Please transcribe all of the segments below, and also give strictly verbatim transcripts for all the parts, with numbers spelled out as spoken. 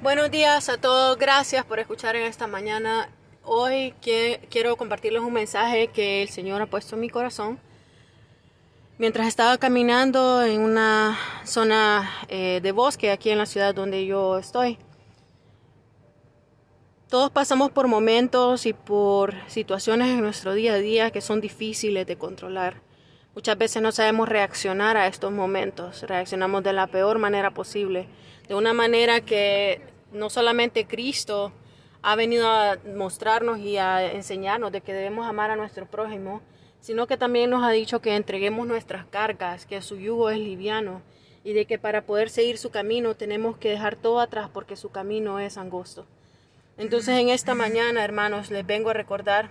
Buenos días a todos, gracias por escuchar en esta mañana. Hoy que, quiero compartirles un mensaje que el Señor ha puesto en mi corazón. Mientras estaba caminando en una zona eh, de bosque aquí en la ciudad donde yo estoy. Todos pasamos por momentos y por situaciones en nuestro día a día que son difíciles de controlar. Muchas veces no sabemos reaccionar a estos momentos, reaccionamos de la peor manera posible, de una manera que no solamente Cristo ha venido a mostrarnos y a enseñarnos de que debemos amar a nuestro prójimo, sino que también nos ha dicho que entreguemos nuestras cargas, que su yugo es liviano y de que para poder seguir su camino tenemos que dejar todo atrás porque su camino es angosto. Entonces en esta mañana, hermanos, les vengo a recordar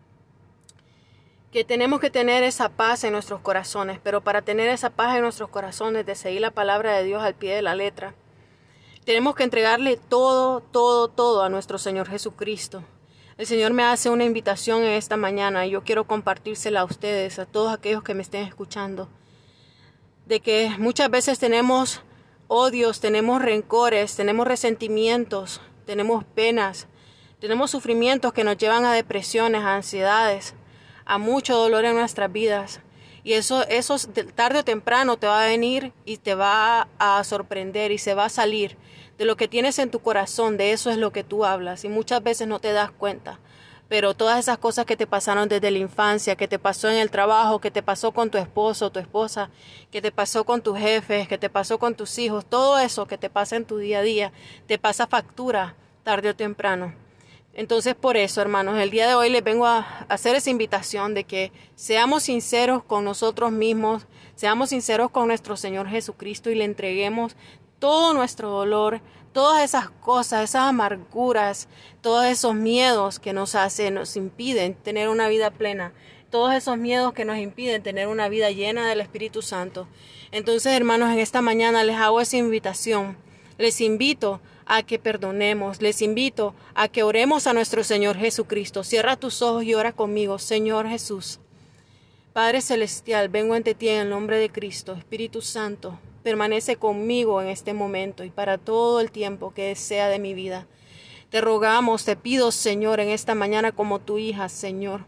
que tenemos que tener esa paz en nuestros corazones, pero para tener esa paz en nuestros corazones, de seguir la palabra de Dios al pie de la letra, tenemos que entregarle todo, todo, todo a nuestro Señor Jesucristo. El Señor me hace una invitación en esta mañana y yo quiero compartírsela a ustedes, a todos aquellos que me estén escuchando, de que muchas veces tenemos odios, tenemos rencores, tenemos resentimientos, tenemos penas, tenemos sufrimientos que nos llevan a depresiones, a ansiedades, a mucho dolor en nuestras vidas. Y eso, eso tarde o temprano te va a venir y te va a sorprender y se va a salir de lo que tienes en tu corazón. De eso es lo que tú hablas y muchas veces no te das cuenta. Pero todas esas cosas que te pasaron desde la infancia, que te pasó en el trabajo, que te pasó con tu esposo o tu esposa, que te pasó con tus jefes, que te pasó con tus hijos, todo eso que te pasa en tu día a día, te pasa factura tarde o temprano. Entonces, por eso, hermanos, el día de hoy les vengo a hacer esa invitación de que seamos sinceros con nosotros mismos, seamos sinceros con nuestro Señor Jesucristo y le entreguemos todo nuestro dolor, todas esas cosas, esas amarguras, todos esos miedos que nos hacen, nos impiden tener una vida plena, todos esos miedos que nos impiden tener una vida llena del Espíritu Santo. Entonces, hermanos, en esta mañana les hago esa invitación, les invito a que perdonemos, les invito a que oremos a nuestro Señor Jesucristo. Cierra tus ojos y ora conmigo. Señor Jesús, Padre Celestial, vengo ante ti en el nombre de Cristo. Espíritu Santo, permanece conmigo en este momento y para todo el tiempo que sea de mi vida. Te rogamos, te pido, Señor, en esta mañana como tu hija, Señor,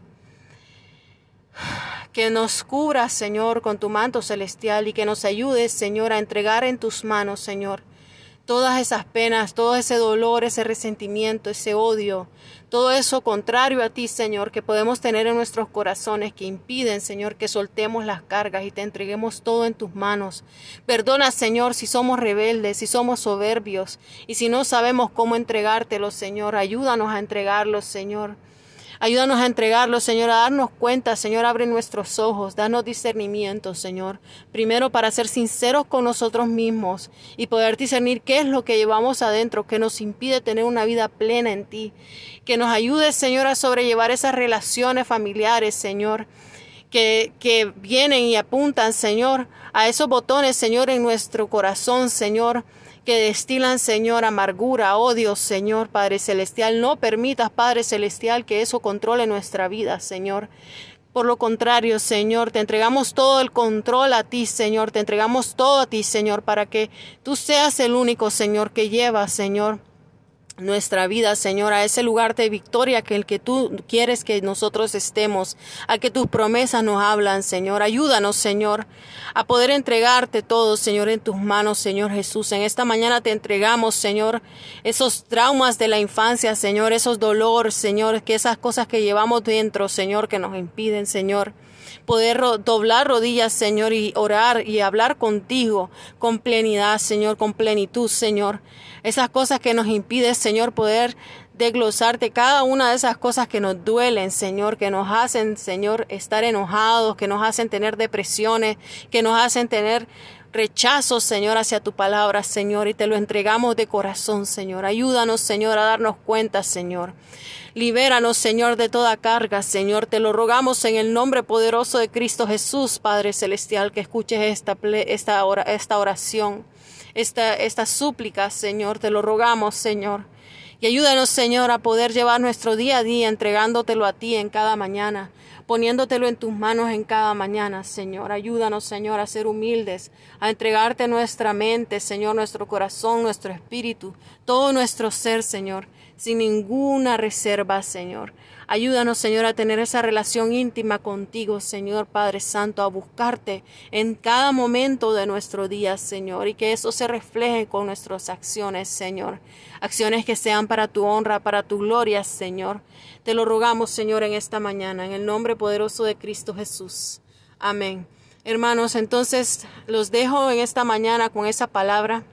que nos cubras, Señor, con tu manto celestial y que nos ayudes, Señor, a entregar en tus manos, Señor, todas esas penas, todo ese dolor, ese resentimiento, ese odio, todo eso contrario a ti, Señor, que podemos tener en nuestros corazones, que impiden, Señor, que soltemos las cargas y te entreguemos todo en tus manos. Perdona, Señor, si somos rebeldes, si somos soberbios y si no sabemos cómo entregártelo, Señor. Ayúdanos a entregarlos, Señor. Ayúdanos a entregarlo, Señor, a darnos cuenta, Señor, abre nuestros ojos, danos discernimiento, Señor. Primero para ser sinceros con nosotros mismos y poder discernir qué es lo que llevamos adentro, que nos impide tener una vida plena en ti. Que nos ayude, Señor, a sobrellevar esas relaciones familiares, Señor, que, que vienen y apuntan, Señor, a esos botones, Señor, en nuestro corazón, Señor, que destilan, Señor, amargura, odio, Señor, Padre Celestial. No permitas, Padre Celestial, que eso controle nuestra vida, Señor. Por lo contrario, Señor, te entregamos todo el control a ti, Señor. Te entregamos todo a ti, Señor, para que tú seas el único, Señor, que lleva, Señor, nuestra vida, Señor, a ese lugar de victoria que el que tú quieres que nosotros estemos, a que tus promesas nos hablan, Señor. Ayúdanos, Señor, a poder entregarte todo, Señor, en tus manos, Señor Jesús. En esta mañana te entregamos, Señor, esos traumas de la infancia, Señor, esos dolores, Señor, que esas cosas que llevamos dentro, Señor, que nos impiden, Señor, poder doblar rodillas, Señor, y orar y hablar contigo con plenidad, Señor, con plenitud, Señor. Esas cosas que nos impiden, Señor, poder desglosarte cada una de esas cosas que nos duelen, Señor, que nos hacen, Señor, estar enojados, que nos hacen tener depresiones, que nos hacen tener rechazo, Señor, hacia tu palabra, Señor, y te lo entregamos de corazón, Señor. Ayúdanos, Señor, a darnos cuenta, Señor. Libéranos, Señor, de toda carga, Señor. Te lo rogamos en el nombre poderoso de Cristo Jesús, Padre Celestial, que escuches esta, esta, esta oración, esta, esta súplica, Señor. Te lo rogamos, Señor. Y ayúdanos, Señor, a poder llevar nuestro día a día entregándotelo a ti en cada mañana. poniéndotelo en tus manos en cada mañana, Señor. Ayúdanos, Señor, a ser humildes, a entregarte nuestra mente, Señor, nuestro corazón, nuestro espíritu, todo nuestro ser, Señor, sin ninguna reserva, Señor. Ayúdanos, Señor, a tener esa relación íntima contigo, Señor Padre Santo, a buscarte en cada momento de nuestro día, Señor, y que eso se refleje con nuestras acciones, Señor. Acciones que sean para tu honra, para tu gloria, Señor. Te lo rogamos, Señor, en esta mañana, en el nombre poderoso de Cristo Jesús. Amén. Hermanos, entonces los dejo en esta mañana con esa palabra.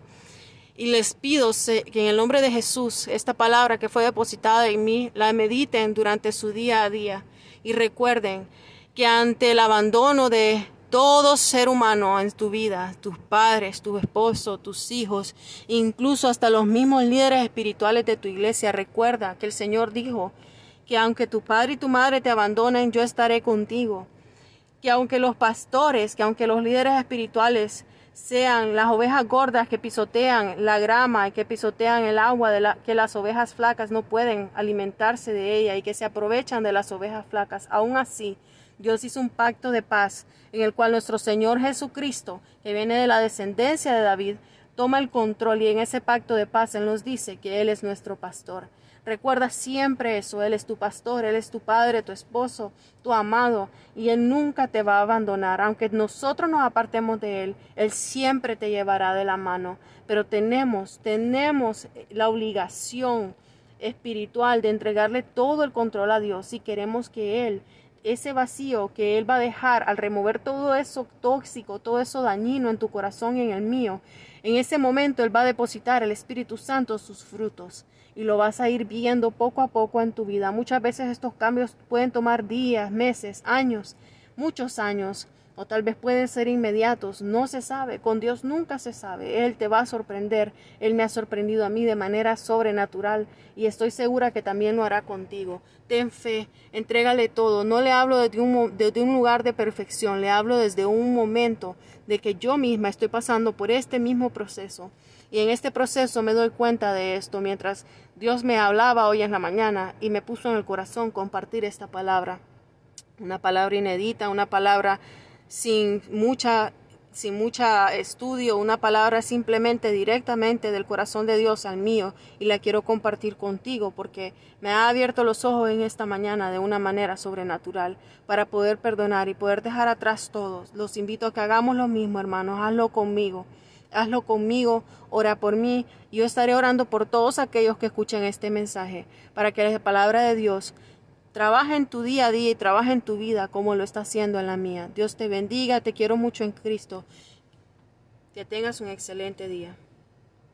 Y les pido que en el nombre de Jesús, esta palabra que fue depositada en mí, la mediten durante su día a día. Y recuerden que ante el abandono de todo ser humano en tu vida, tus padres, tu esposo, tus hijos, incluso hasta los mismos líderes espirituales de tu iglesia, recuerda que el Señor dijo que aunque tu padre y tu madre te abandonen, yo estaré contigo. Que aunque los pastores, que aunque los líderes espirituales sean las ovejas gordas que pisotean la grama y que pisotean el agua, de la, que las ovejas flacas no pueden alimentarse de ella y que se aprovechan de las ovejas flacas. Aún así, Dios hizo un pacto de paz en el cual nuestro Señor Jesucristo, que viene de la descendencia de David, toma el control y en ese pacto de paz Él nos dice que Él es nuestro pastor. Recuerda siempre eso, Él es tu pastor, Él es tu padre, tu esposo, tu amado, y Él nunca te va a abandonar. Aunque nosotros nos apartemos de Él, Él siempre te llevará de la mano. Pero tenemos, tenemos la obligación espiritual de entregarle todo el control a Dios si queremos que Él, ese vacío que Él va a dejar al remover todo eso tóxico, todo eso dañino en tu corazón y en el mío, en ese momento Él va a depositar el Espíritu Santo sus frutos. Y lo vas a ir viendo poco a poco en tu vida. Muchas veces estos cambios pueden tomar días, meses, años, muchos años, o tal vez pueden ser inmediatos, no se sabe. Con Dios nunca se sabe. Él te va a sorprender. Él me ha sorprendido a mí de manera sobrenatural y estoy segura que también lo hará contigo. Ten fe, entrégale todo. No le hablo desde un, desde un lugar de perfección, le hablo desde un momento de que yo misma estoy pasando por este mismo proceso. Y en este proceso me doy cuenta de esto mientras Dios me hablaba hoy en la mañana y me puso en el corazón compartir esta palabra. Una palabra inédita, una palabra sin mucha, sin mucha estudio, una palabra simplemente directamente del corazón de Dios al mío y la quiero compartir contigo porque me ha abierto los ojos en esta mañana de una manera sobrenatural para poder perdonar y poder dejar atrás todos. Los invito a que hagamos lo mismo, hermanos, hazlo conmigo. Hazlo conmigo, ora por mí. Yo estaré orando por todos aquellos que escuchen este mensaje, para que la palabra de Dios trabaje en tu día a día y trabaje en tu vida como lo está haciendo en la mía. Dios te bendiga, te quiero mucho en Cristo. Que tengas un excelente día.